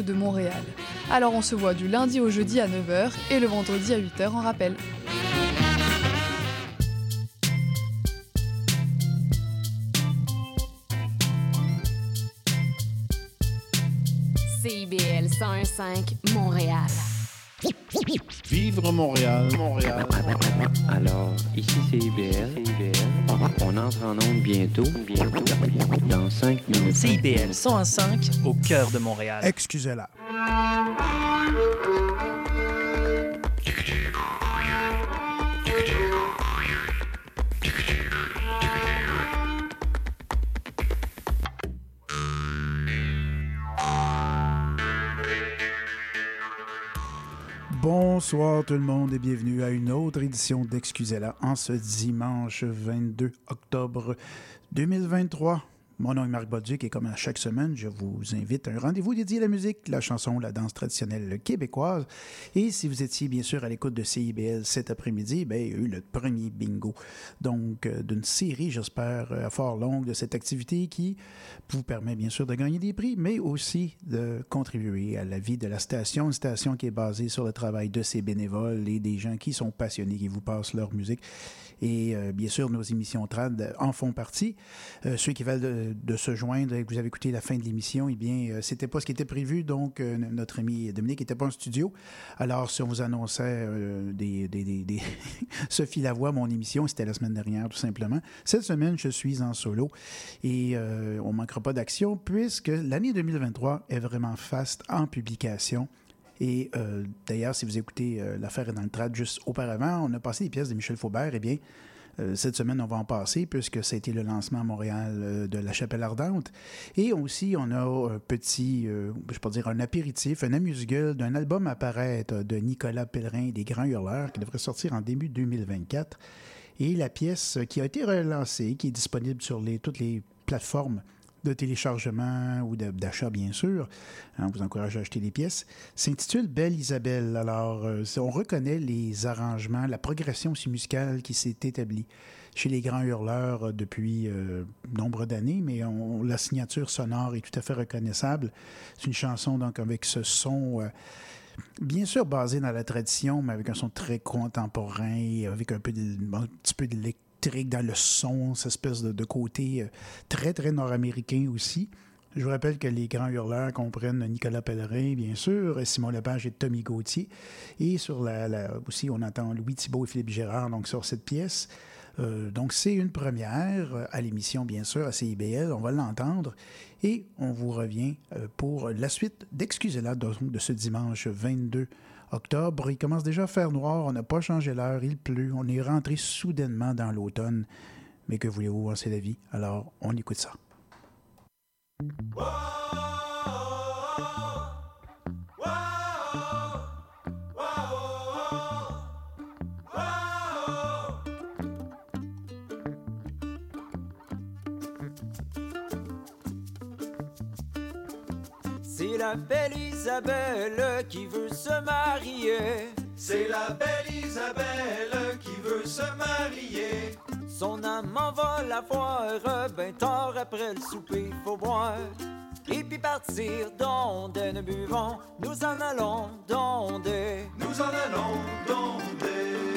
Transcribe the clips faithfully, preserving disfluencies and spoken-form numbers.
de Montréal. Alors on se voit du lundi au jeudi à neuf heures et le vendredi à huit heures en rappel. C I B L cent un virgule cinq Montréal. Vivre Montréal, Montréal. Alors, ici c'est I B L. C I B L. On entre en onde bientôt, bientôt, dans cinq minutes. C I B L cent un virgule cinq au cœur de Montréal. Excusez-la. Bonsoir tout le monde et bienvenue à une autre édition d'Excusez-la en ce dimanche vingt-deux octobre deux mille vingt-trois. Mon nom est Marc Bolduc et comme à chaque semaine, je vous invite à un rendez-vous dédié à la musique, la chanson, la danse traditionnelle québécoise. Et si vous étiez bien sûr à l'écoute de C I B L cet après-midi, bien, il y a eu le premier bingo. Donc, euh, d'une série, j'espère, euh, fort longue de cette activité qui vous permet bien sûr de gagner des prix, mais aussi de contribuer à la vie de la station. Une station qui est basée sur le travail de ses bénévoles et des gens qui sont passionnés, qui vous passent leur musique. Et euh, bien sûr, nos émissions trad en font partie. Euh, ceux qui veulent de, de se joindre et que vous avez écouté la fin de l'émission, eh bien, euh, c'était pas ce qui était prévu. Donc, euh, notre ami Dominique n'était pas en studio. Alors, si on vous annonçait euh, des, des, des, des Sophie Lavoie, mon émission, c'était la semaine dernière, tout simplement. Cette semaine, je suis en solo et euh, on ne manquera pas d'action puisque l'année deux mille vingt-trois est vraiment faste en publication. Et euh, d'ailleurs, si vous écoutez euh, l'affaire est dans le trad juste auparavant, on a passé des pièces de Michel Faubert. Eh bien, euh, cette semaine, on va en passer puisque ça a été le lancement à Montréal euh, de La Chapelle Ardente. Et aussi, on a un petit, euh, je peux pas dire un apéritif, un amuse-gueule d'un album à paraître de Nicolas Pellerin des Grands Hurleurs qui devrait sortir en début deux mille vingt-quatre. Et la pièce qui a été relancée, qui est disponible sur les, toutes les plateformes de téléchargement ou de, d'achat, bien sûr. On vous encourage à acheter les pièces. S'intitule Belle Isabelle. Alors, euh, on reconnaît les arrangements, la progression aussi musicale qui s'est établie chez les Grands Hurleurs depuis euh, nombre d'années, mais on, la signature sonore est tout à fait reconnaissable. C'est une chanson, donc, avec ce son... Euh, bien sûr basé dans la tradition, mais avec un son très contemporain, avec un peu de, un petit peu d'électricité dans le son, cette espèce de, de côté euh, très, très nord-américain aussi. Je vous rappelle que les Grands Hurleurs comprennent Nicolas Pellerin, bien sûr, Simon Lepage et Tommy Gauthier. Et sur la, la, aussi, on entend Louis Thibault et Philippe Gérard donc, sur cette pièce. Euh, donc, c'est une première à l'émission, bien sûr, à C I B L. On va l'entendre. Et on vous revient euh, pour la suite d'Excusez-la de, de ce dimanche vingt-deux octobre. Il commence déjà à faire noir, on n'a pas changé l'heure, il pleut, on est rentré soudainement dans l'automne. Mais que voulez-vous, c'est la vie. Alors, on écoute ça. Wow! Wow! C'est la belle Isabelle qui veut se marier. C'est la belle Isabelle qui veut se marier. Son amant va la voir, ben tard après le souper, faut boire. Et puis partir d'Ondaine buvant, nous en allons d'Ondé. Nous en allons d'Ondé.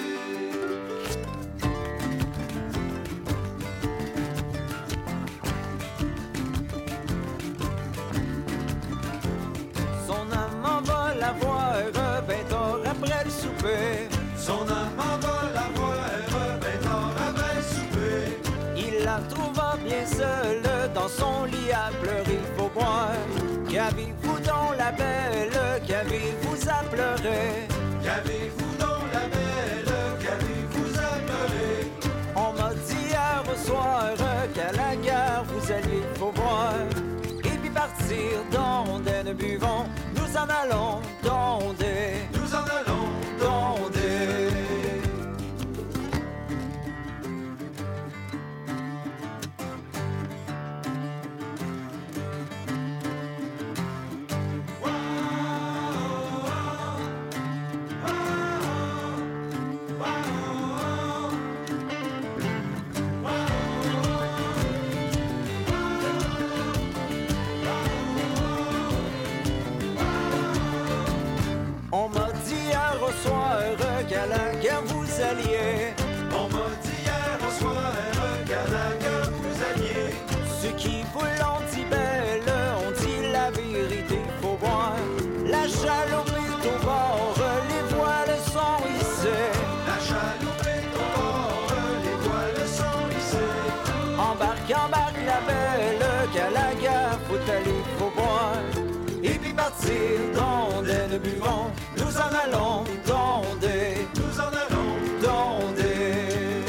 Son amant va la voir, ben tard après le souper. Son amant va la voir, ben tard après le souper. Il la trouva bien seule dans son lit à pleurer, faut boire. Qu'avez-vous donc la belle, qu'avez-vous à pleurer? Qu'avez-vous donc la belle, qu'avez-vous à pleurer? On m'a dit hier au soir qu'à la gare vous alliez, faut voir. Et puis partir d'Ondaine buvant, nous en allons d'Ondé. Nous en allons d'Ondé. Wow. alliés. On m'a dit hier au soir qu'à la guerre vous alliez. Ceux qui vous l'ont dit belle ont dit la vérité, faut boire. La chaloupe est au bord, les voiles sont hissées. La chaloupe est au bord, les voiles sont hissées. Embarque, embarque la belle, qu'à la gare faut aller, faut boire. Et puis partir, d'onde nous buvons, nous en allons donder, Nous en allons donder.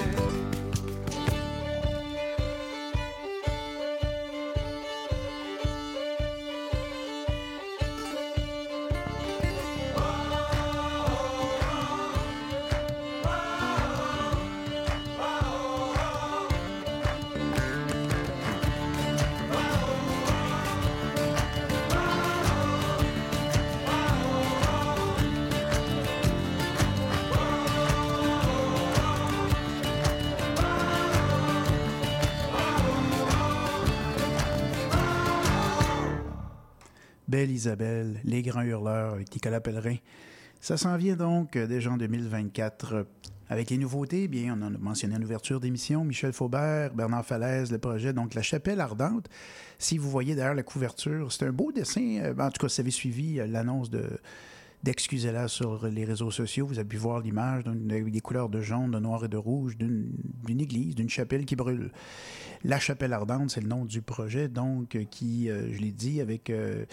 Belle Isabelle, Les Grands Hurleurs avec Nicolas Pellerin. Ça s'en vient donc euh, déjà en deux mille vingt-quatre. Avec les nouveautés, bien, on en a mentionné en ouverture d'émission, Michel Faubert, Bernard Falaise, le projet, donc La Chapelle Ardente. Si vous voyez derrière la couverture, c'est un beau dessin. Euh, en tout cas, si vous avez suivi euh, l'annonce de... d'Excusez-la sur les réseaux sociaux. Vous avez pu voir l'image avec des couleurs de jaune, de noir et de rouge d'une, d'une église, d'une chapelle qui brûle. La Chapelle Ardente, c'est le nom du projet, donc, qui, euh, je l'ai dit, avec... Euh,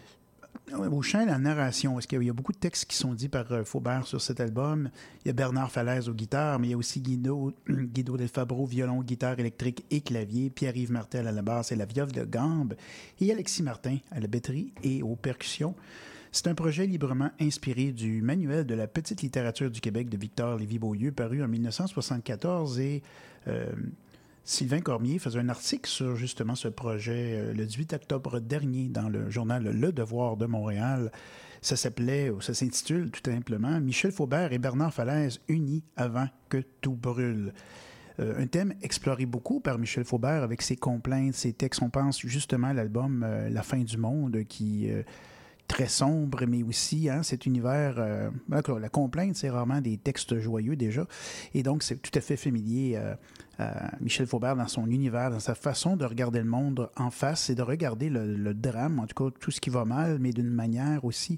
au chant, la narration, parce qu'il y a beaucoup de textes qui sont dits par euh, Faubert sur cet album. Il y a Bernard Falaise aux guitares, mais il y a aussi Guido, Guido Del Fabro, violon, guitare électrique et clavier, Pierre-Yves Martel à la basse et la viole de gambe, et Alexis Martin à la batterie et aux percussions. C'est un projet librement inspiré du Manuel de la petite littérature du Québec de Victor Lévy-Beaulieu, paru en dix-neuf cent soixante-quatorze, et euh, Sylvain Cormier faisait un article sur justement ce projet euh, le dix-huit octobre dernier dans le journal Le Devoir de Montréal. Ça s'appelait, ça s'intitule tout simplement « Michel Faubert et Bernard Falaise unis avant que tout brûle ». Euh, un thème exploré beaucoup par Michel Faubert avec ses complaintes, ses textes. On pense justement à l'album euh, « La fin du monde » qui... Euh, très sombre, mais aussi hein, cet univers... Euh, la complainte, c'est rarement des textes joyeux déjà, et donc c'est tout à fait familier euh, à Michel Faubert dans son univers, dans sa façon de regarder le monde en face et de regarder le, le drame, en tout cas tout ce qui va mal, mais d'une manière aussi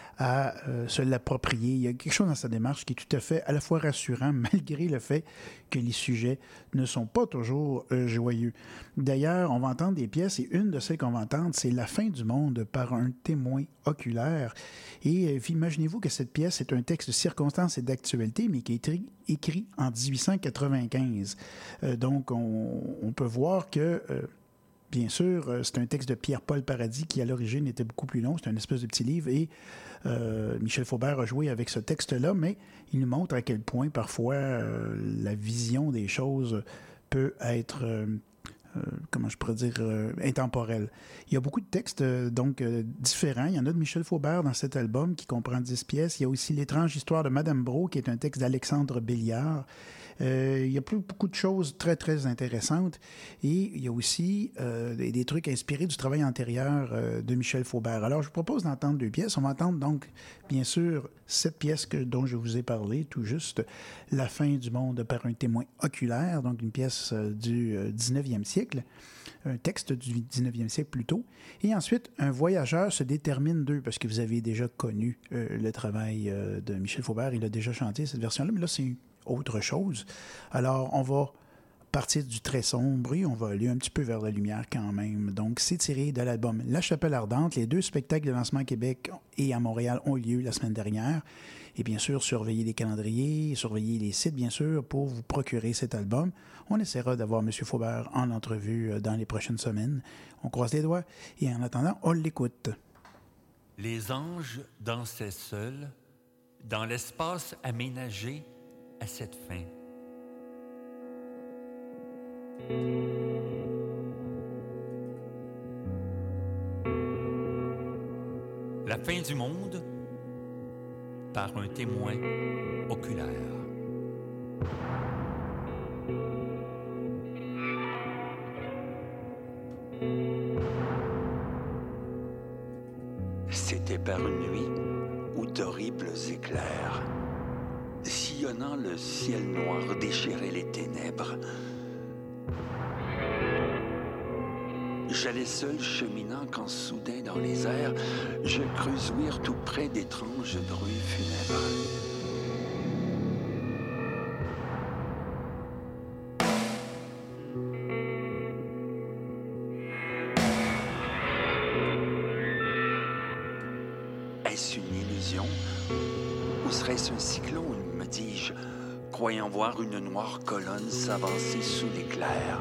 à euh, se l'approprier. Il y a quelque chose dans sa démarche qui est tout à fait à la fois rassurant, malgré le fait que les sujets ne sont pas toujours euh, joyeux. D'ailleurs, on va entendre des pièces, et une de celles qu'on va entendre, c'est La fin du monde par un témoin oculaire. Et euh, imaginez-vous que cette pièce est un texte de circonstance et d'actualité, mais qui est écrit, écrit en dix-huit cent quatre-vingt-quinze. Euh, donc, on, on peut voir que... Euh, Bien sûr, c'est un texte de Pierre-Paul Paradis qui, à l'origine, était beaucoup plus long. C'est un espèce de petit livre et euh, Michel Faubert a joué avec ce texte-là, mais il nous montre à quel point, parfois, euh, la vision des choses peut être, euh, euh, comment je pourrais dire, euh, intemporelle. Il y a beaucoup de textes, euh, donc, euh, différents. Il y en a de Michel Faubert dans cet album qui comprend dix pièces. Il y a aussi L'étrange histoire de Madame Brault, qui est un texte d'Alexandre Béliard. Euh, il y a plus beaucoup de choses très, très intéressantes. Et il y a aussi euh, des, des trucs inspirés du travail antérieur euh, de Michel Faubert. Alors, je vous propose d'entendre deux pièces. On va entendre donc, bien sûr, cette pièce que, dont je vous ai parlé, tout juste, La fin du monde par un témoin oculaire, donc une pièce euh, du euh, dix-neuvième siècle, un texte du dix-neuvième siècle plutôt. Et ensuite, Un voyageur se détermine d'eux, parce que vous avez déjà connu euh, le travail euh, de Michel Faubert. Il a déjà chanté cette version-là, mais là, c'est autre chose. Alors, on va partir du très sombre et on va aller un petit peu vers la lumière quand même. Donc, c'est tiré de l'album La Chapelle Ardente. Les deux spectacles de lancement à Québec et à Montréal ont eu lieu la semaine dernière. Et bien sûr, surveillez les calendriers, surveillez les sites, bien sûr, pour vous procurer cet album. On essaiera d'avoir M. Faubert en entrevue dans les prochaines semaines. On croise les doigts et en attendant, on l'écoute. Les anges dansaient seuls dans l'espace aménagé à cette fin. La fin du monde par un témoin oculaire. C'était par une nuit où d'horribles éclairs sillonnant le ciel noir, déchirait les ténèbres. J'allais seul cheminant quand soudain dans les airs, je crus ouïr tout près d'étranges bruits funèbres. Est-ce une illusion? Ou serait-ce un cyclone, me dis-je, croyant voir une noire colonne s'avancer sous l'éclair?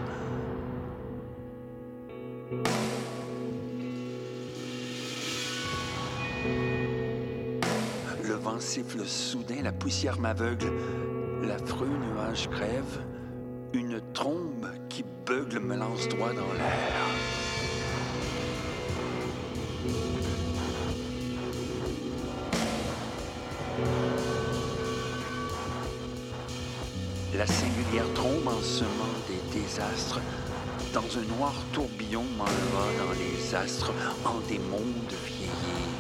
Le vent siffle soudain, la poussière m'aveugle, l'affreux nuage crève, une trombe qui beugle me lance droit dans l'air. La singulière trombe ensemant des désastres, dans un noir tourbillon m'enleva dans les astres, en des mondes vieillis.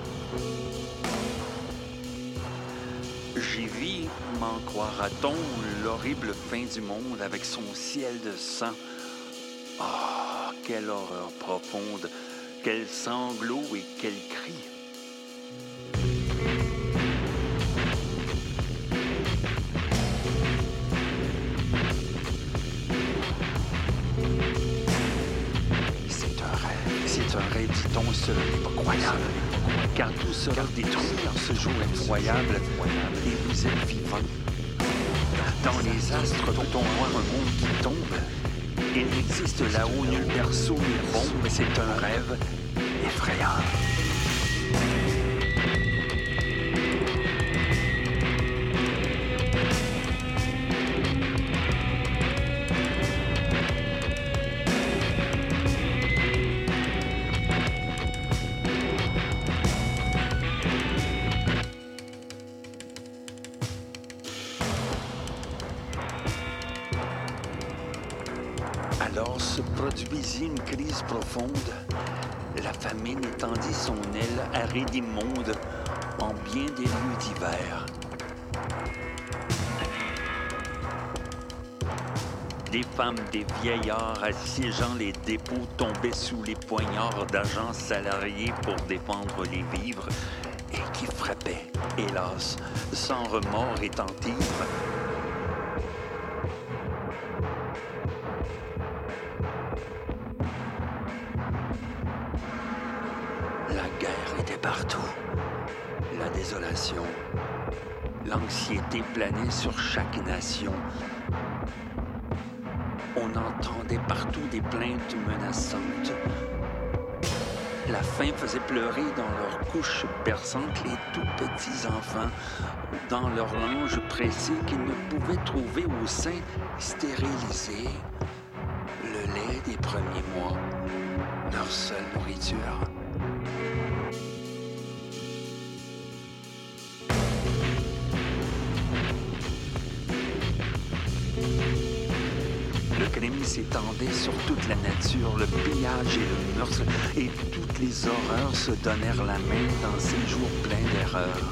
J'y vis, m'en croira-t-on, l'horrible fin du monde avec son ciel de sang. Ah, oh, quelle horreur profonde, quel sanglot et quel cri! C'est un rêve, dit-on, cela n'est pas croyable, car tout cela détruit en ce jour effroyable, et vous êtes vivant. Dans les astres, peut-on voir un monde qui tombe? Il n'existe là-haut nul berceau, nulle bombe, c'est un rêve effrayant. Alors se produisit une crise profonde. La famine étendit son aile aride immonde en bien des lieux divers. Des femmes, des vieillards assiégeant les dépôts tombaient sous les poignards d'agents salariés pour défendre les vivres et qui frappaient, hélas, sans remords étant ivres. La guerre était partout, la désolation, l'anxiété planait sur chaque nation. On entendait partout des plaintes menaçantes. La faim faisait pleurer dans leurs couches berçantes les tout petits enfants, dans leurs langes pressées qu'ils ne pouvaient trouver au sein stérilisé. Le lait des premiers mois, leur seule nourriture. Le crime s'étendait sur toute la nature, le pillage et le meurtre, et toutes les horreurs se donnèrent la main dans ces jours pleins d'erreurs.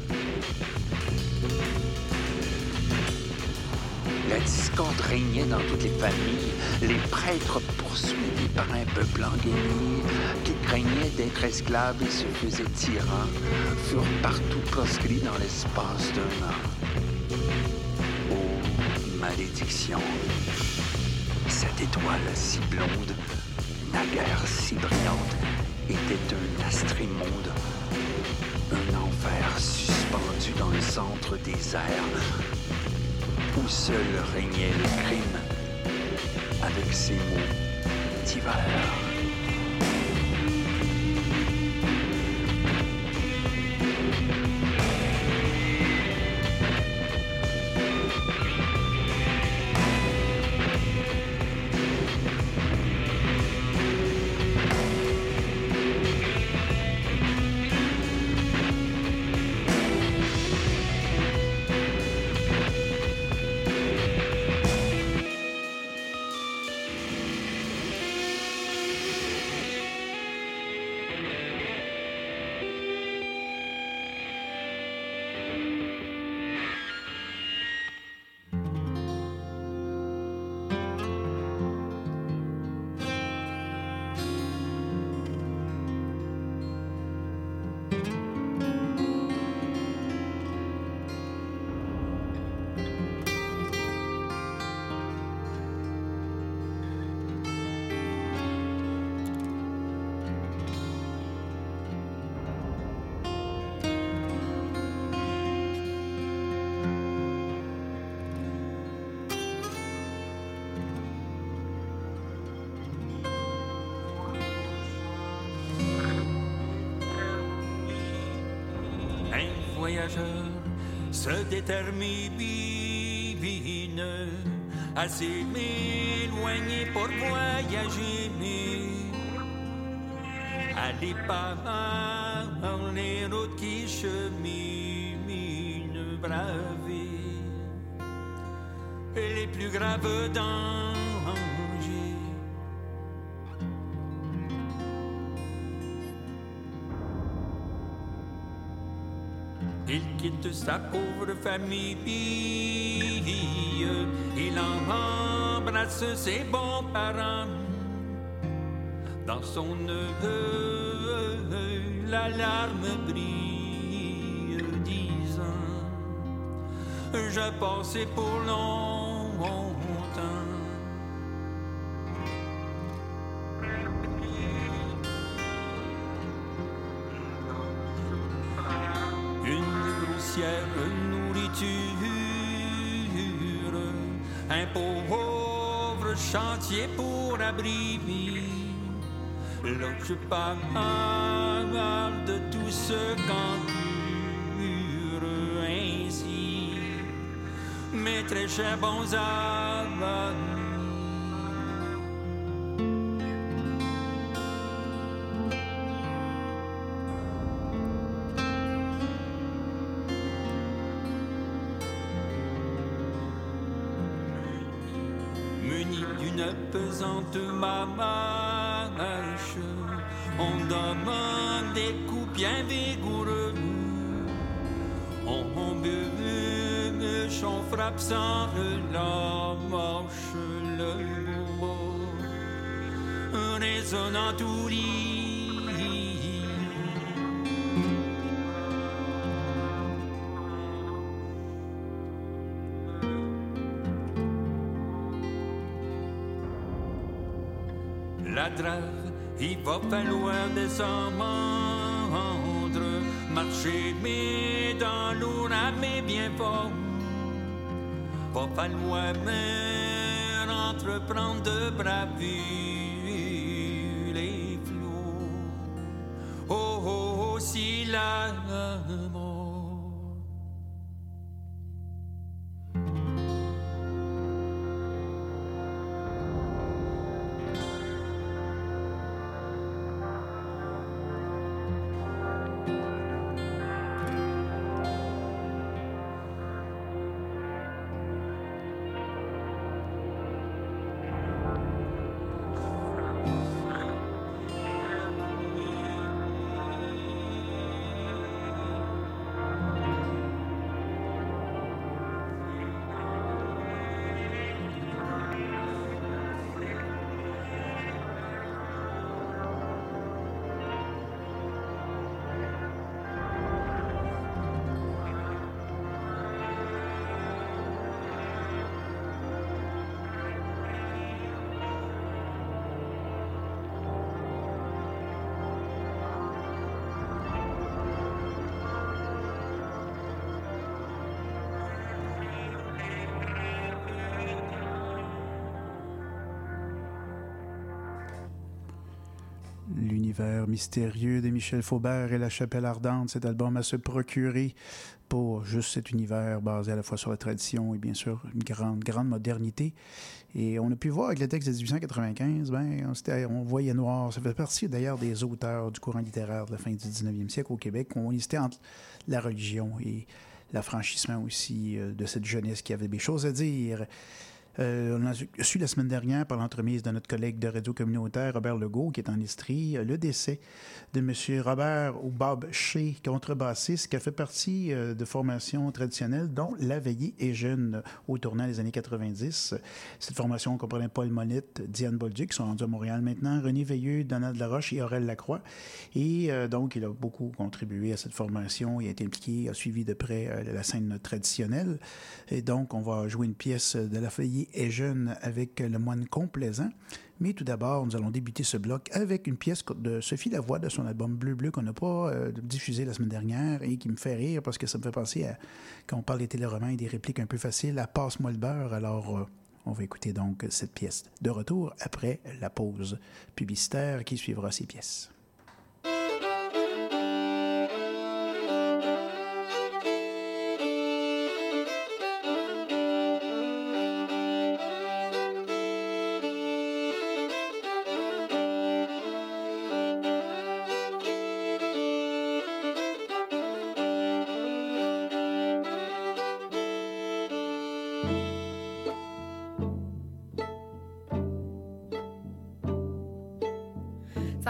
La discorde régnait dans toutes les familles, les prêtres poursuivis par un peuple enguerri, qui craignait d'être esclaves et se faisaient tyrans, furent partout proscrits dans l'espace d'un an. Oh, malédiction! Cette étoile si blonde, naguère si brillante, était un astre immonde, un enfer suspendu dans le centre des airs, où seul régnait le crime, avec ses mots divers. voyageurs se déterminent à s'éloigner pour voyager, allez pas par les routes qui cheminent, braver les plus graves dangers. Il quitte sa pauvre famille, il embrasse ses bons parents. Dans son œil, la larme brille, disant: je passais pour longtemps. Nourriture, un pauvre chantier pour abri. Là je parle de tout ce qu'endure ainsi mes très chers bons amis. Pesante marche, on demande des coups bien vigoureux. On bûche, on frappe sans la marche, le bourreau résonnant tout lit. La drave, il va falloir descendre, marcher mais dans l'eau, mais bien fort. Va falloir mais entreprendre de braver les flots. Oh, oh, oh, si la mort. L'univers mystérieux de Michel Faubert et La Chapelle Ardente, cet album à se procurer pour juste cet univers basé à la fois sur la tradition et bien sûr une grande, grande modernité. Et on a pu voir avec le texte de dix-huit cent quatre-vingt-quinze, ben, on, on voyait noir. Ça fait partie d'ailleurs des auteurs du courant littéraire de la fin du dix-neuvième siècle au Québec. On hésitait entre la religion et l'affranchissement aussi euh, de cette jeunesse qui avait des choses à dire. Euh, on a su la semaine dernière, par l'entremise de notre collègue de radio communautaire, Robert Legault, qui est en Estrie, le décès de M. Robert ou Bob Shea, contrebassiste, qui a fait partie euh, de formations traditionnelles, dont La Veillée est jeune au tournant des années quatre-vingt-dix. Cette formation comprenait Paul Monette, Diane Bolduc, qui sont rendus à Montréal maintenant, René Veilleux, Donald Laroche et Aurel Lacroix. Et euh, donc, il a beaucoup contribué à cette formation. Il a été impliqué, a suivi de près euh, la scène traditionnelle. Et donc, on va jouer une pièce de La Veillée est jeune avec Le Moine Complaisant. Mais tout d'abord, nous allons débuter ce bloc avec une pièce de Sophie Lavoie de son album Bleu Bleu qu'on n'a pas euh, diffusé la semaine dernière et qui me fait rire parce que ça me fait penser à, quand on parle des téléromans et des répliques un peu faciles, à Passe-moi le beurre. Alors, euh, on va écouter donc cette pièce de retour après la pause publicitaire qui suivra ces pièces.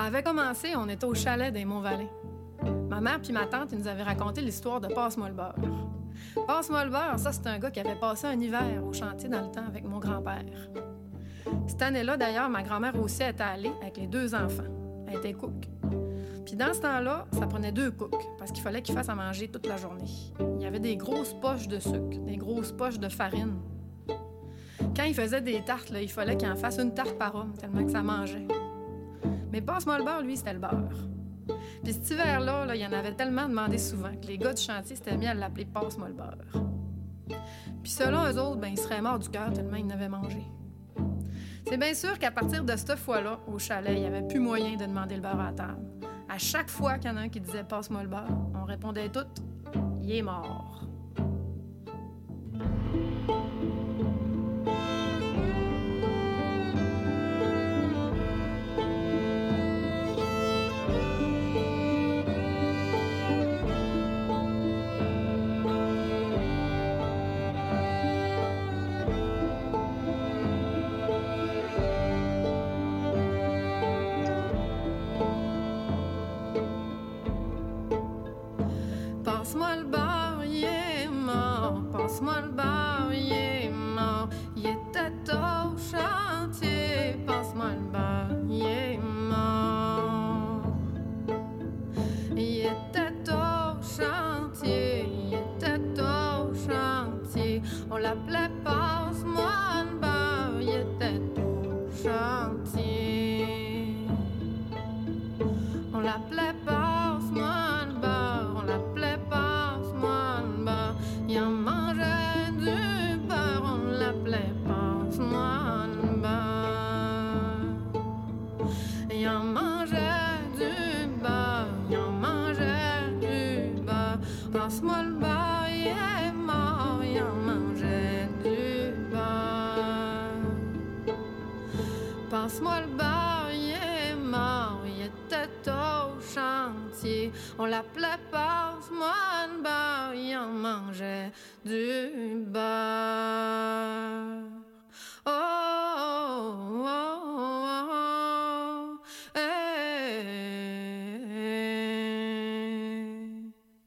Ça avait commencé, on était au chalet des Monts-Valais. Ma mère puis ma tante, ils nous avaient raconté l'histoire de Passe-moi le beurre. Passe-moi le beurre, ça, c'est un gars qui avait passé un hiver au chantier dans le temps avec mon grand-père. Cette année-là, d'ailleurs, ma grand-mère aussi était allée avec les deux enfants. Elle était cook. Puis dans ce temps-là, ça prenait deux cooks parce qu'il fallait qu'ils fassent à manger toute la journée. Il y avait des grosses poches de sucre, des grosses poches de farine. Quand ils faisaient des tartes, là, il fallait qu'ils en fassent une tarte par homme, tellement que ça mangeait. Mais Passe-moi le beurre, lui, c'était le beurre. Puis cet hiver-là, là, il y en avait tellement demandé souvent que les gars du chantier s'étaient mis à l'appeler Passe-moi le beurre. Puis selon eux autres, ben, ils seraient morts du cœur tellement ils n'avaient mangé. C'est bien sûr qu'à partir de cette fois-là, au chalet, il n'y avait plus moyen de demander le beurre à la table. À chaque fois qu'il y en a un qui disait « Passe-moi le beurre », on répondait toutes « Il est mort ». Passe-moi le beurre, il est mort. Passe-moi le beurre, il est mort. Il était au chantier. Passe-moi le beurre, il est mort. Il était au chantier. Il était au chantier. On l'appelait Passe-moi le beurre. Il était au chantier. On l'appelait Passe-moi le beurre. On l'appelait Passe-moi le beurre. Il en mangeait du beurre. On l'appelait Passe-moi le beurre. Il en mangeait du beurre. Il en mangeait du beurre. Passe-moi le beurre, il est mort. Il en mangeait du beurre. Passe-moi le beurre, il est mort. Il était au chantier. On l'appelait Passe-moi le beurre. Il en mangeait du beurre. Oh, oh, oh, oh, hey, hey.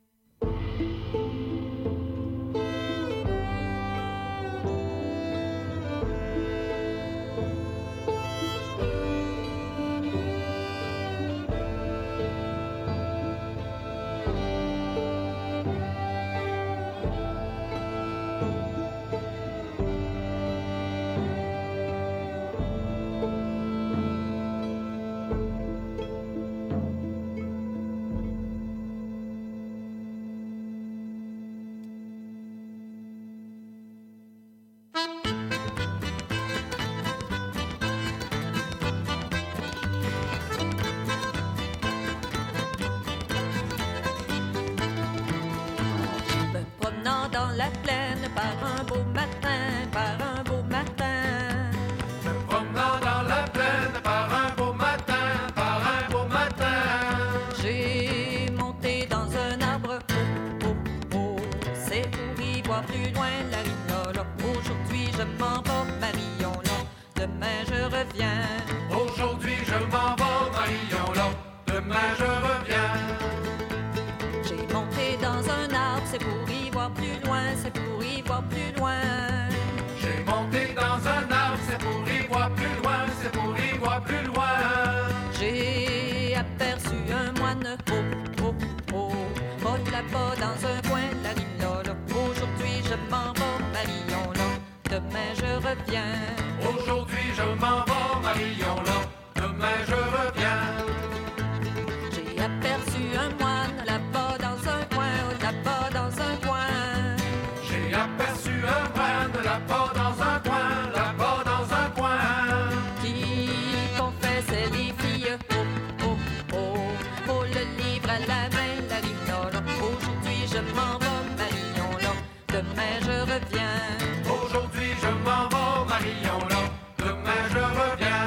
Dans la plaine par un beau matin, par un beau matin. Me promenant dans la plaine par un beau matin, par un beau matin. J'ai monté dans un arbre, oh, oh, oh. C'est pour y voir plus loin la rinola. Aujourd'hui je m'en vais, Marion là. Demain je reviens. Aujourd'hui je m'en vais, Marion là. Demain je reviens. J'ai monté dans un arbre, c'est pour y voir plus loin, c'est pour y voir plus loin. J'ai monté dans un arbre, c'est pour y voir plus loin, c'est pour y voir plus loin. J'ai aperçu un moine, oh, oh, oh, oh, là-bas dans un coin, la rinola. Aujourd'hui je m'en vais, Marion là. Demain je reviens. Aujourd'hui je m'en vais, Marion là. Demain je reviens. J'ai aperçu un moine là-bas dans un coin, oh, là-bas dans un coin. J'ai aperçu un moine là-bas dans un coin, là-bas dans un coin. Qui confessait les filles, oh, oh, oh, oh, le livre à la main, la rinola. Aujourd'hui je m'en vais, Marion là. Demain je reviens. Aujourd'hui je m'en vais, Marion là. Demain je reviens.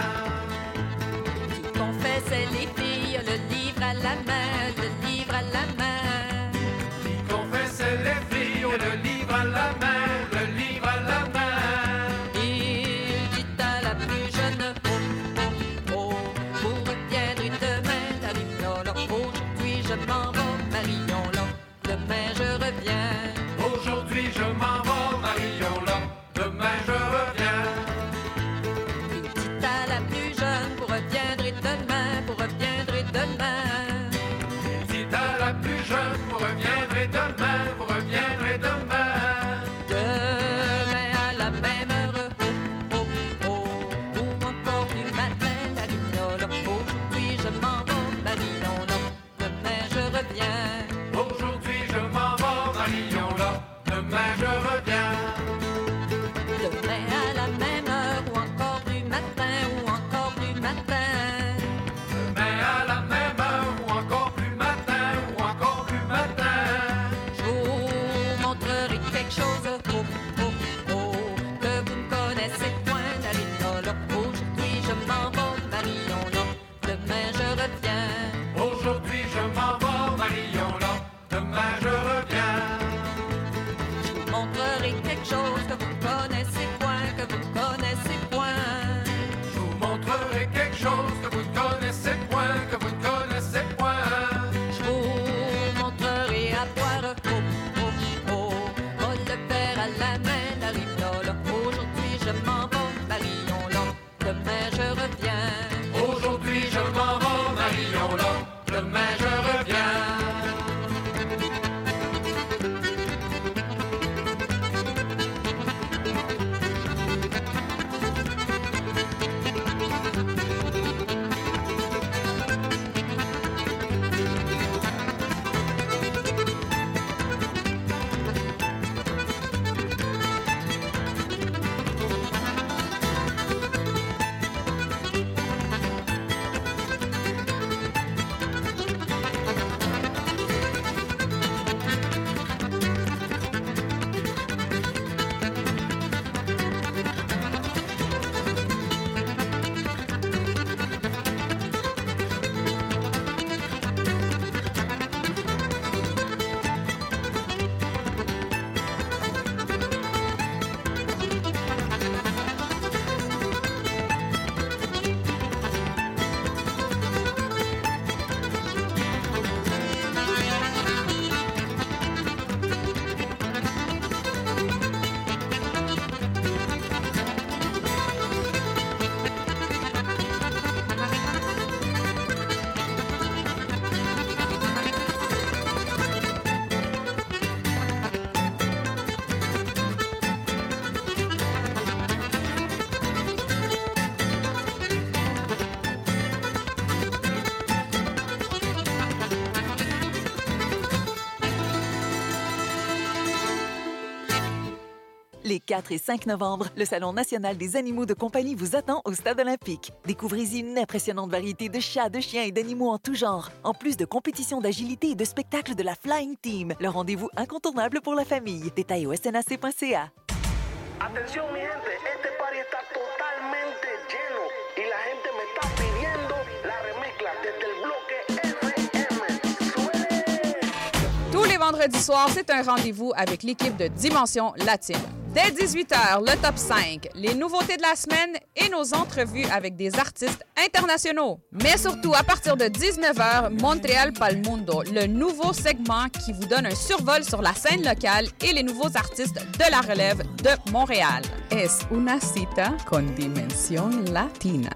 Qui confessait les filles, le livre à la main, le livre à la main. Qui confessait les filles, le livre à la main, le livre à la main. Il dit à la plus jeune, oh, oh, oh, pour retiendre une de vous reviendrez demain, vous reviendrez demain. Demain à la même heure, oh, oh, oh, ou encore du matin, la lignole. Aujourd'hui je m'en vais, ma lignole. Demain je reviens. Aujourd'hui je m'en vais, ma lignole. Demain je reviens. Demain à la même heure, ou encore du matin, ou encore du matin. Demain à la même heure, ou encore plus matin, ou encore plus matin. Je vous montrerai quelque chose, oh, oh, oh, que vous ne connaissez point, la lignole. Aujourd'hui je m'en vais, ma lignole. Demain je reviens. Aujourd'hui je m'en vais, ma lignole. Demain je reviens. Je vous montrerai quelque chose que vous ne connaissez point, que vous ne connaissez point. Je vous montrerai quelque chose que vous ne connaissez point, que vous ne connaissez point. Je vous montrerai à boire, oh, oh, oh, oh, le verre à la main, la lignole. Aujourd'hui je m'en vais, ma lignole. Demain je reviens. Aujourd'hui je m'en vais, ma lignole. Demain je reviens. Les quatre et cinq novembre, le Salon national des animaux de compagnie vous attend au Stade olympique. Découvrez-y une impressionnante variété de chats, de chiens et d'animaux en tout genre, en plus de compétitions d'agilité et de spectacles de la Flying Team. Le rendez-vous incontournable pour la famille. Détails au s n a c point c a. Atención, mi gente, este party está totalmente lleno y la gente me está pidiendo la remezcla desde el bloque F M. Tous les vendredis soirs, c'est un rendez-vous avec l'équipe de Dimension Latine. Dès dix-huit heures, le top cinq, les nouveautés de la semaine et nos entrevues avec des artistes internationaux. Mais surtout, à partir de dix-neuf heures, Montréal Pal Mundo, le nouveau segment qui vous donne un survol sur la scène locale et les nouveaux artistes de la relève de Montréal. Es una cita con Dimension Latina.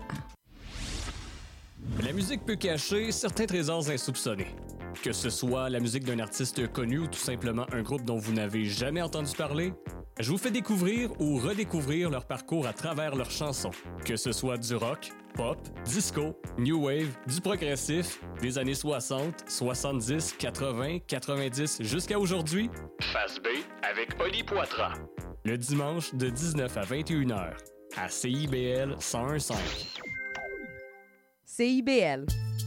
La musique peut cacher certains trésors insoupçonnés. Que ce soit la musique d'un artiste connu ou tout simplement un groupe dont vous n'avez jamais entendu parler, je vous fais découvrir ou redécouvrir leur parcours à travers leurs chansons. Que ce soit du rock, pop, disco, new wave, du progressif, des années soixante, soixante-dix, quatre-vingts, quatre-vingt-dix jusqu'à aujourd'hui. Face B avec Oli Poitras. Le dimanche de dix-neuf à vingt et une heures à C I B L cent un virgule cinq. C I B L.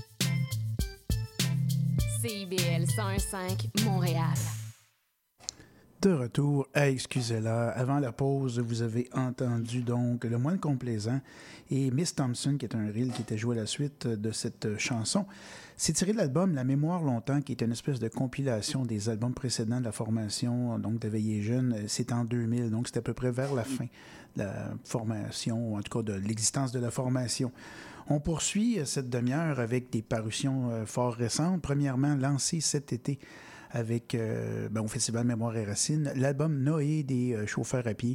C I B L cent un virgule cinq, Montréal. De retour à Excusez-la. Avant la pause, vous avez entendu donc Le Moine Complaisant et Miss Thompson, qui est un reel qui était joué à la suite de cette chanson. C'est tiré de l'album La Mémoire Longtemps, qui est une espèce de compilation des albums précédents de la formation, donc de Veillez Jeune. C'est en deux mille, donc c'est à peu près vers la fin de la formation, ou en tout cas de l'existence de la formation. On poursuit cette demi-heure avec des parutions fort récentes. Premièrement, lancé cet été avec, euh, ben, au Festival Mémoire et Racines, l'album Noé des euh, chauffeurs à pied,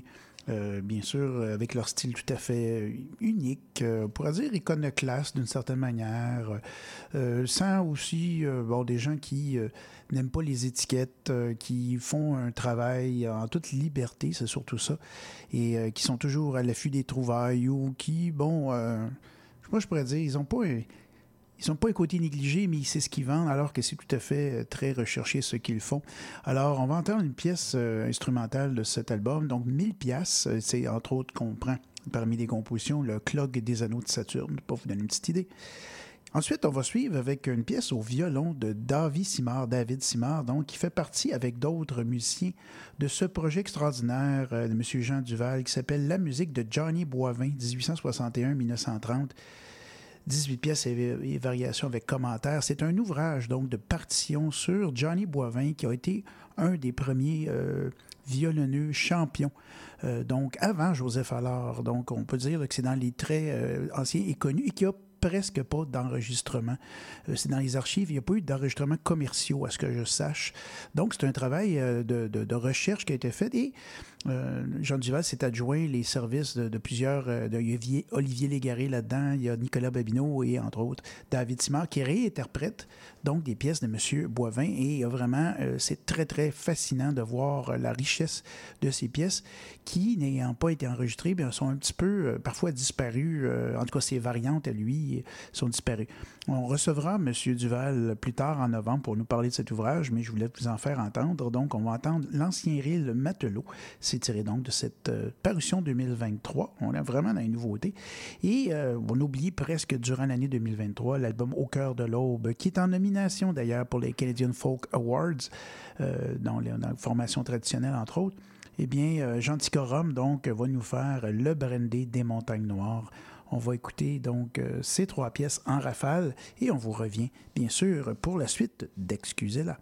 Euh, bien sûr, avec leur style tout à fait unique, euh, on pourrait dire iconoclaste d'une certaine manière, euh, sans aussi euh, bon, des gens qui euh, n'aiment pas les étiquettes, euh, qui font un travail en toute liberté, c'est surtout ça, et euh, qui sont toujours à l'affût des trouvailles ou qui, bon, euh, je sais pas, je pourrais dire, ils ont pas un, Ils sont pas un côté négligé, mais c'est ce qu'ils vendent, alors que c'est tout à fait très recherché ce qu'ils font. Alors, on va entendre une pièce euh, instrumentale de cet album, donc mille piastres. C'est entre autres qu'on prend parmi les compositions le Clog des Anneaux de Saturne, pour vous donner une petite idée. Ensuite, on va suivre avec une pièce au violon de David Simard, David Simard, donc, qui fait partie avec d'autres musiciens de ce projet extraordinaire euh, de M. Jean Duval qui s'appelle La musique de Johnny Boivin, dix-huit cent soixante et un à mille neuf cent trente. dix-huit pièces et, et variations avec commentaires. C'est un ouvrage donc de partition sur Johnny Boivin qui a été un des premiers euh, violonneux champions. Euh, donc avant Joseph Allard. Donc on peut dire que c'est dans les très euh, anciens et connus et qui a presque pas d'enregistrement. Euh, c'est dans les archives, il n'y a pas eu d'enregistrement commerciaux, à ce que je sache. Donc, c'est un travail euh, de, de, de recherche qui a été fait et euh, Jean Duval s'est adjoint les services de, de plusieurs... Euh, de Olivier, Olivier Légaré là-dedans, il y a Nicolas Babineau et, entre autres, David Simard qui réinterprète donc des pièces de M. Boivin et euh, vraiment, euh, c'est très, très fascinant de voir euh, la richesse de ces pièces qui, n'ayant pas été enregistrées, bien, sont un petit peu, euh, parfois disparues. Euh, en tout cas, ces variantes à lui sont disparus. On recevra M. Duval plus tard en novembre pour nous parler de cet ouvrage, mais je voulais vous en faire entendre. Donc, on va entendre L'Ancien Rille Matelot. C'est tiré donc de cette euh, parution deux mille vingt-trois. On est vraiment dans les nouveautés. Et euh, on oublie presque durant l'année deux mille vingt-trois l'album Au cœur de l'aube, qui est en nomination d'ailleurs pour les Canadian Folk Awards, euh, dans, les, dans la formation traditionnelle entre autres. Eh bien, euh, Jean Ticorum, donc, va nous faire Le Brandy des Montagnes Noires. On va écouter donc euh, ces trois pièces en rafale et on vous revient, bien sûr, pour la suite d'Excusez-la.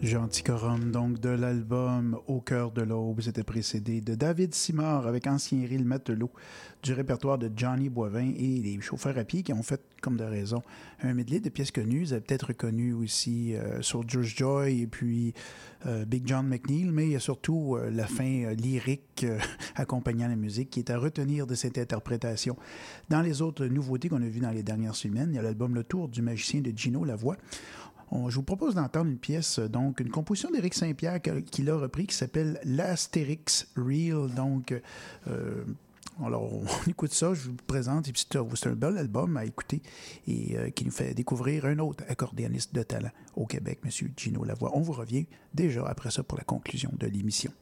Gentil corum, donc, de l'album Au cœur de l'aube. C'était précédé de David Simard avec Ancien Ril Matelot, du répertoire de Johnny Boivin et les chauffeurs à pied qui ont fait, comme de raison, un medley de pièces connues. Vous avez peut-être reconnu aussi euh, Soldier's Joy et puis euh, Big John McNeil, mais il y a surtout euh, la fin euh, lyrique euh, accompagnant la musique qui est à retenir de cette interprétation. Dans les autres nouveautés qu'on a vues dans les dernières semaines, il y a l'album Le Tour du magicien de Gino Lavoie. On, je vous propose d'entendre une pièce, donc une composition d'Éric Saint-Pierre qu'il a repris qui s'appelle l'Astérix Reel. Donc, euh, alors on écoute ça, je vous présente, et puis c'est un bel album à écouter et euh, qui nous fait découvrir un autre accordéoniste de talent au Québec, M. Gino Lavoie. On vous revient déjà après ça pour la conclusion de l'émission.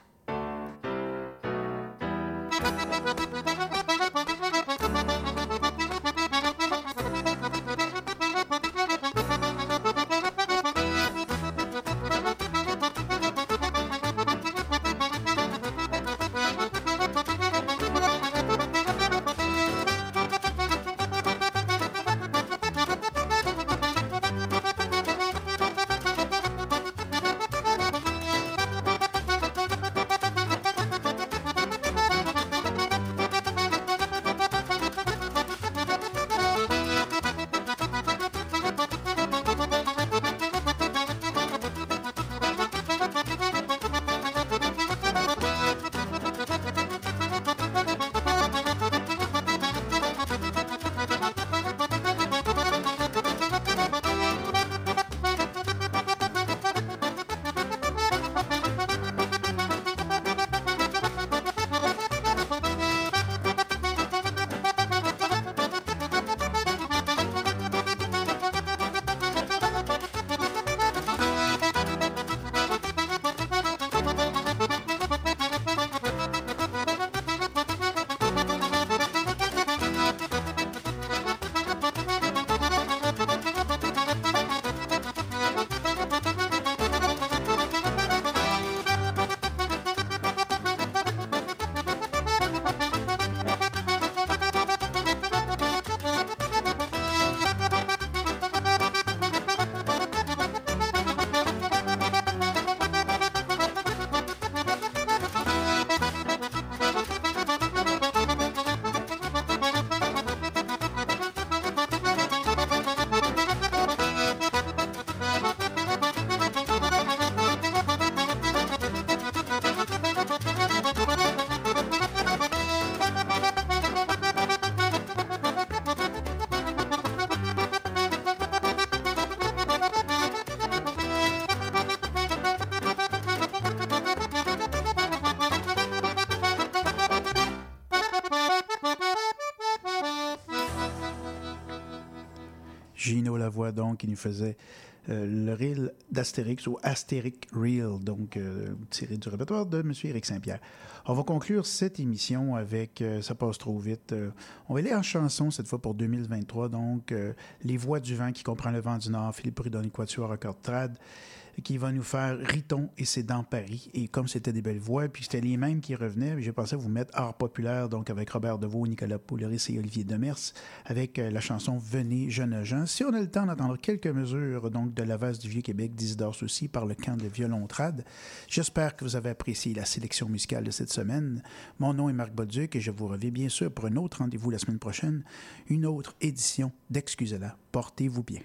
Gino Lavoie, donc, qui nous faisait euh, le reel d'Astérix ou Astéric Reel, donc euh, tiré du répertoire de M. Éric Saint-Pierre. On va conclure cette émission avec euh, Ça passe trop vite. Euh, on va aller en chanson cette fois pour deux mille vingt-trois, donc euh, Les Voix du vent qui comprend le vent du Nord, Philippe Prudhomme Quatuor Accord Trad, qui va nous faire Riton et c'est dans Paris. Et comme c'était des belles voix, puis c'était les mêmes qui revenaient, j'ai pensé vous mettre Art populaire, donc avec Robert Deveau, Nicolas Pouleris et Olivier Demers, avec euh, la chanson Venez, jeunes gens. Si on a le temps d'entendre quelques mesures donc de la vase du Vieux-Québec d'Isidore Soucy par le camp de violon trad, j'espère que vous avez apprécié la sélection musicale de cette semaine. Mon nom est Marc Bolduc et je vous reviens bien sûr pour un autre rendez-vous la semaine prochaine, une autre édition d'Excusez-la. Portez-vous bien.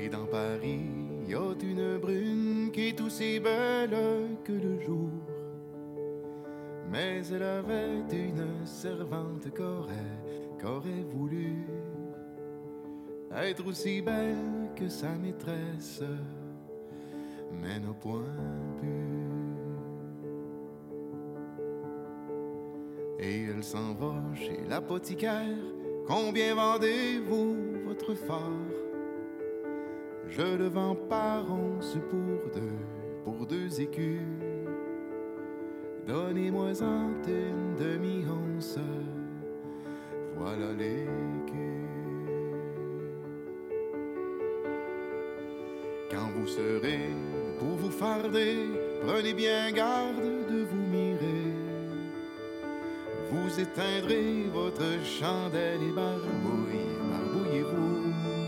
Et dans Paris, y a une brune qui est aussi belle que le jour. Mais elle avait une servante qu'aurait, qu'aurait voulu être aussi belle que sa maîtresse, mais n'a point pu. Et elle s'en va chez l'apothicaire. Combien vendez-vous votre fard? Je le vends par once pour deux, pour deux écus. Donnez-moi-en une demi-once, voilà l'écu. Quand vous serez pour vous farder, prenez bien garde de vous mirer. Vous éteindrez votre chandelle et barbouille, barbouillez-vous.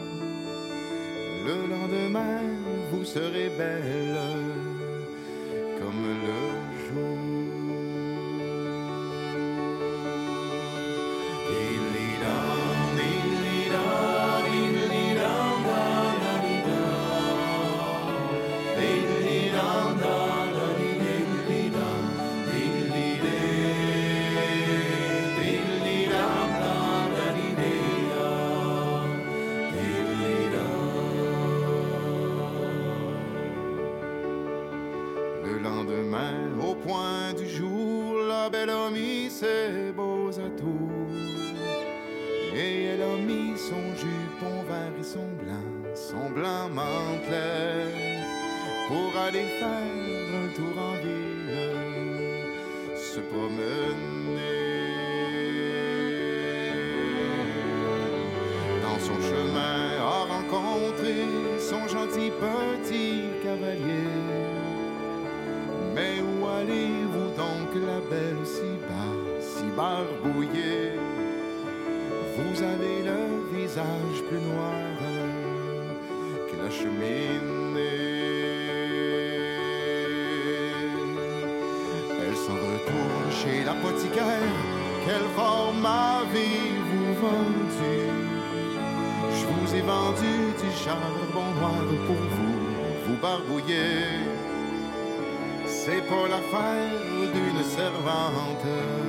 Le lendemain, vous serez belle comme le jour. Ses beaux atours, et elle a mis son jupon vert et son blanc, son blanc mantelet, pour aller faire un tour en ville, se promener. Dans son chemin a rencontré son gentil petit cavalier. Mais où allez-vous donc, la belle si bas, si barbouillée? Vous avez le visage plus noir que la cheminée. Elle s'en retourne chez l'apothicaire. Quelle forme m'avez-vous vendu? Je vous ai vendu du charbon noir pour vous, vous barbouiller. C'est pas l'affaire d'une servante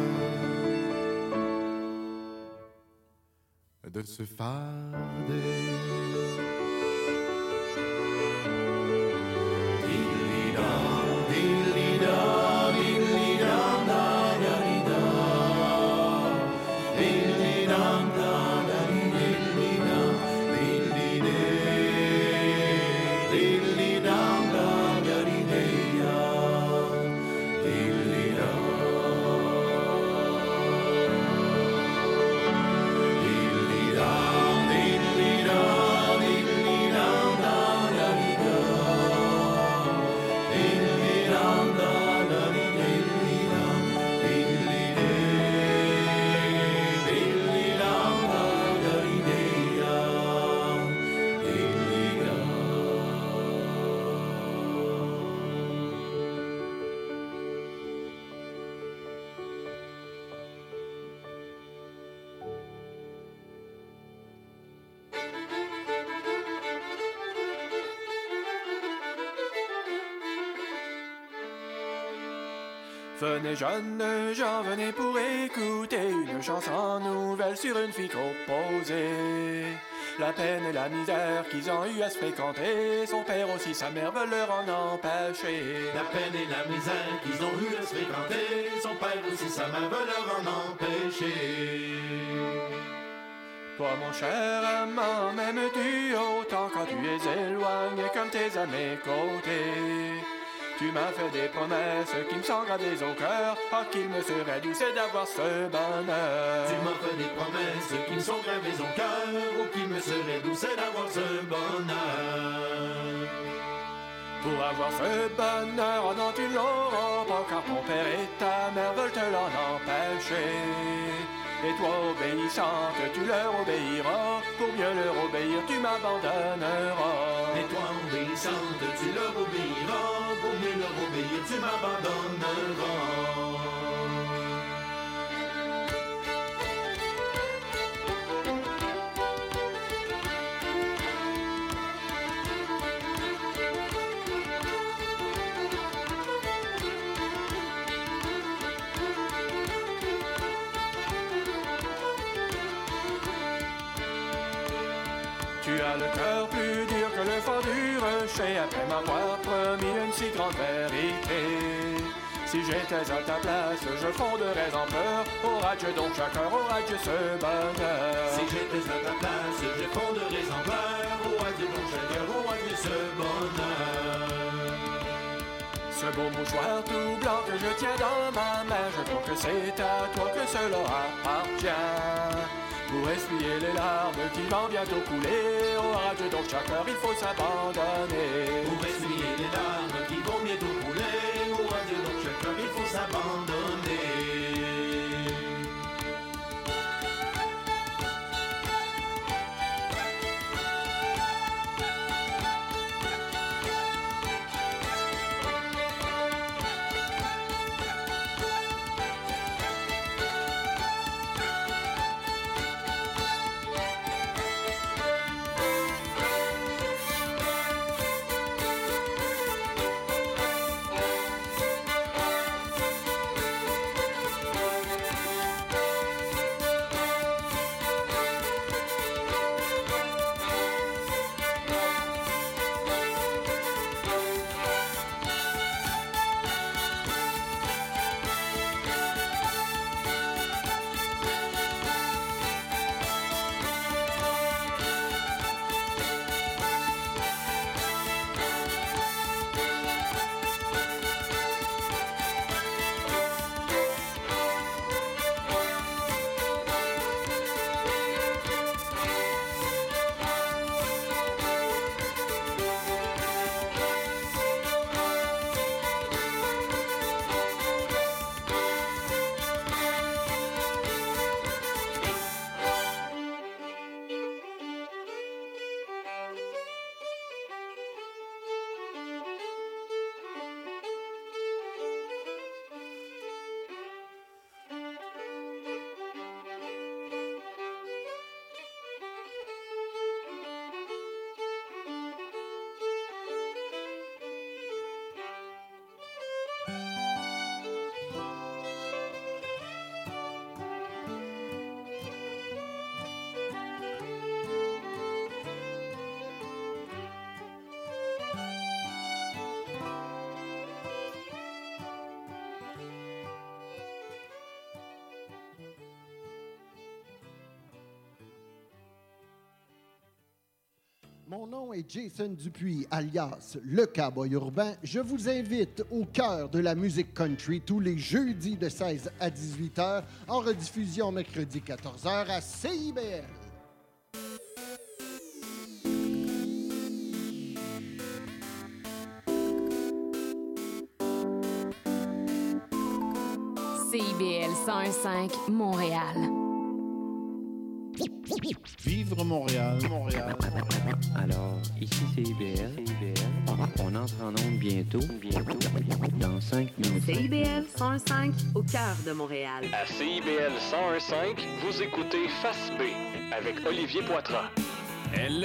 de se farder. Venez jeunes gens, venez pour écouter une chanson nouvelle sur une fille composée. La peine et la misère qu'ils ont eu à se fréquenter, son père aussi, sa mère veulent leur en empêcher. La peine et la misère qu'ils ont eu à se fréquenter, son père aussi, sa mère veulent leur en empêcher. Toi mon cher amant, m'aimes-tu autant quand tu es éloigné comme tes à mes côtés? Tu m'as fait des promesses qui me sont gravées au cœur. Ah, qu'il me serait doux c'est d'avoir ce bonheur. Tu m'as fait des promesses qui me sont gravées au cœur. Oh, qu'il me serait doux c'est d'avoir ce bonheur. Pour avoir ce bonheur, oh non, tu l'auras pas, car ton père et ta mère veulent te l'en empêcher. Et toi obéissante, tu leur obéiras. Pour mieux leur obéir, tu m'abandonneras. Et toi obéissante, tu leur obéiras. Pour mieux leur obéir, tu m'abandonneras. Tu as le cœur plus dur que le fond du rocher après m'avoir promis une si grande vérité. Si j'étais à ta place, je fonderais en pleurs. Aura Dieu donc chacun, aura Dieu ce bonheur. Si j'étais à ta place, je fonderais en pleurs. Aura Dieu donc chacun, aura Dieu ce bonheur. Ce beau mouchoir tout blanc que je tiens dans ma main, je crois que c'est à toi que cela appartient. Pour essuyer les larmes qui vont bientôt couler, aura Dieu donc chacun, il faut s'abandonner. Pour essuyer les larmes qui vont bientôt couler, aura Dieu donc chacun, il faut s'abandonner. Mon nom est Jason Dupuis, alias Le Cowboy Urbain. Je vous invite au cœur de la musique country tous les jeudis de seize à dix-huit heures, en rediffusion mercredi quatorze heures à C I B L. C I B L cent un virgule cinq, Montréal. Vivre Montréal, Montréal. Alors, ici c'est I B L. C I B L. On entre en onde bientôt, bientôt, dans cinq minutes. C I B L cent un virgule cinq, au cœur de Montréal. À C I B L cent un virgule cinq, vous écoutez Face B avec Olivier Poitras. Elle